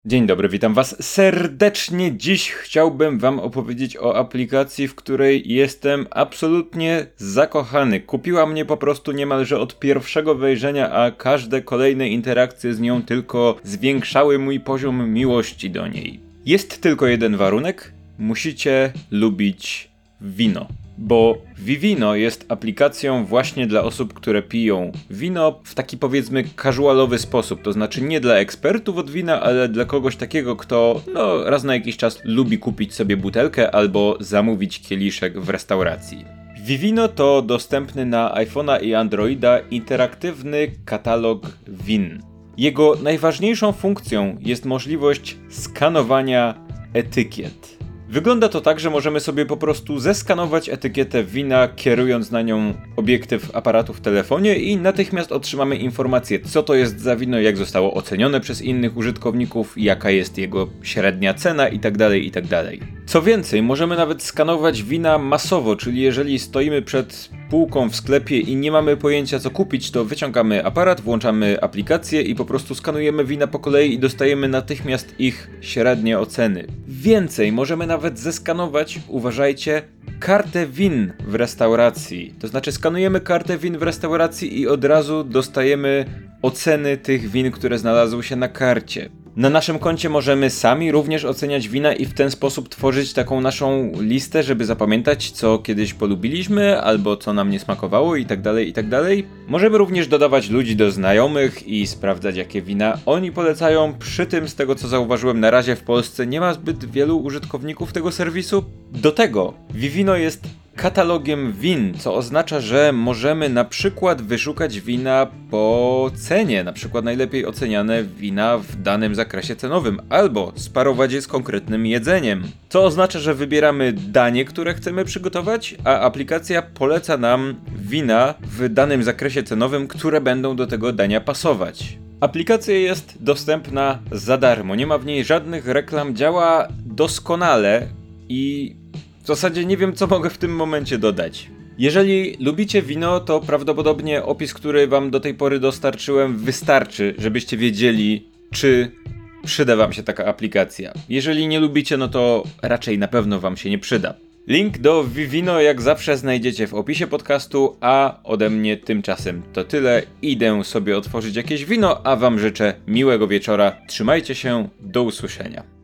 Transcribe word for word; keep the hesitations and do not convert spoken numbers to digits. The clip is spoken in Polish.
Dzień dobry, witam was serdecznie. Dziś chciałbym wam opowiedzieć o aplikacji, w której jestem absolutnie zakochany. Kupiła mnie po prostu niemalże od pierwszego wejrzenia, a każde kolejne interakcje z nią tylko zwiększały mój poziom miłości do niej. Jest tylko jeden warunek. Musicie lubić wino. Bo Vivino jest aplikacją właśnie dla osób, które piją wino w taki, powiedzmy, casualowy sposób. To znaczy nie dla ekspertów od wina, ale dla kogoś takiego, kto no raz na jakiś czas lubi kupić sobie butelkę albo zamówić kieliszek w restauracji. Vivino to dostępny na iPhone'a i Androida interaktywny katalog win. Jego najważniejszą funkcją jest możliwość skanowania etykiet. Wygląda to tak, że możemy sobie po prostu zeskanować etykietę wina, kierując na nią obiektyw aparatu w telefonie i natychmiast otrzymamy informację, co to jest za wino, jak zostało ocenione przez innych użytkowników, jaka jest jego średnia cena itd., itd. Co więcej, możemy nawet skanować wina masowo, czyli jeżeli stoimy przed półką w sklepie i nie mamy pojęcia, co kupić, to wyciągamy aparat, włączamy aplikację i po prostu skanujemy wina po kolei i dostajemy natychmiast ich średnie oceny. Więcej, możemy nawet zeskanować, uważajcie, kartę win w restauracji. To znaczy skanujemy kartę win w restauracji i od razu dostajemy oceny tych win, które znalazły się na karcie. Na naszym koncie możemy sami również oceniać wina i w ten sposób tworzyć taką naszą listę, żeby zapamiętać, co kiedyś polubiliśmy, albo co nam nie smakowało itd., itd. Możemy również dodawać ludzi do znajomych i sprawdzać, jakie wina oni polecają. Przy tym, z tego co zauważyłem, na razie w Polsce nie ma zbyt wielu użytkowników tego serwisu. Do tego Vivino jest katalogiem win, co oznacza, że możemy na przykład wyszukać wina po cenie, na przykład najlepiej oceniane wina w danym zakresie cenowym, albo sparować je z konkretnym jedzeniem. Co oznacza, że wybieramy danie, które chcemy przygotować, a aplikacja poleca nam wina w danym zakresie cenowym, które będą do tego dania pasować. Aplikacja jest dostępna za darmo, nie ma w niej żadnych reklam, działa doskonale i w zasadzie nie wiem, co mogę w tym momencie dodać. Jeżeli lubicie wino, to prawdopodobnie opis, który wam do tej pory dostarczyłem, wystarczy, żebyście wiedzieli, czy przyda wam się taka aplikacja. Jeżeli nie lubicie, no to raczej na pewno wam się nie przyda. Link do Vivino jak zawsze znajdziecie w opisie podcastu, a ode mnie tymczasem to tyle. Idę sobie otworzyć jakieś wino, a wam życzę miłego wieczora. Trzymajcie się, do usłyszenia.